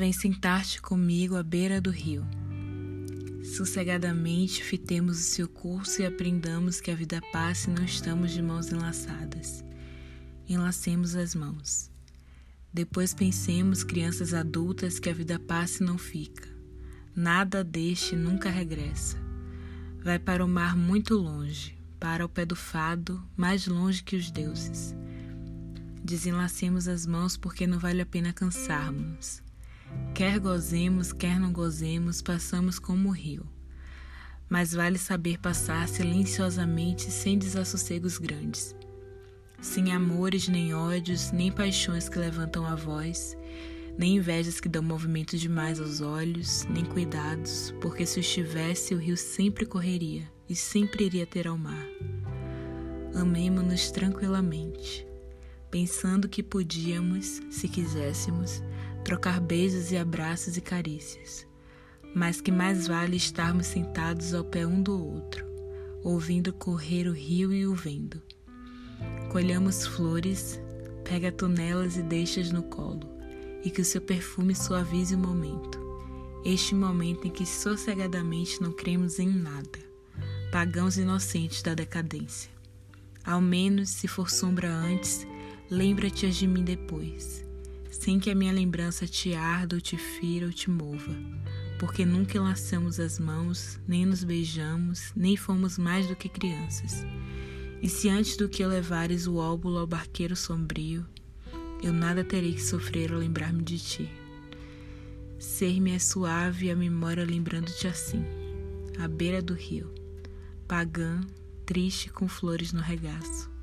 Vem sentar-te comigo à beira do rio. Sossegadamente fitemos o seu curso e aprendamos que a vida passa e não estamos de mãos enlaçadas. Enlacemos as mãos. Depois pensemos, crianças adultas, que a vida passa e não fica. Nada deste nunca regressa. Vai para o mar muito longe, para o pé do fado, mais longe que os deuses. Desenlacemos as mãos porque não vale a pena cansarmos. Quer gozemos, quer não gozemos, passamos como o rio. Mas vale saber passar silenciosamente sem desassossegos grandes. Sem amores, nem ódios, nem paixões que levantam a voz, nem invejas que dão movimento demais aos olhos, nem cuidados, porque se estivesse o rio sempre correria e sempre iria ter ao mar. Amemo-nos tranquilamente, pensando que podíamos, se quiséssemos, trocar beijos e abraços e carícias, mas que mais vale estarmos sentados ao pé um do outro, ouvindo correr o rio e o vendo. Colhamos flores, pega tonelas e deixas no colo, e que o seu perfume suavize o momento, este momento em que sossegadamente não cremos em nada, pagãos inocentes da decadência. Ao menos, se for sombra antes, lembra-te de mim depois, sem que a minha lembrança te arda ou te fira ou te mova, porque nunca enlaçamos as mãos, nem nos beijamos, nem fomos mais do que crianças. E se antes do que levares o óbulo ao barqueiro sombrio, eu nada terei que sofrer ao lembrar-me de ti. Ser-me é suave a memória lembrando-te assim, à beira do rio, pagã, triste com flores no regaço.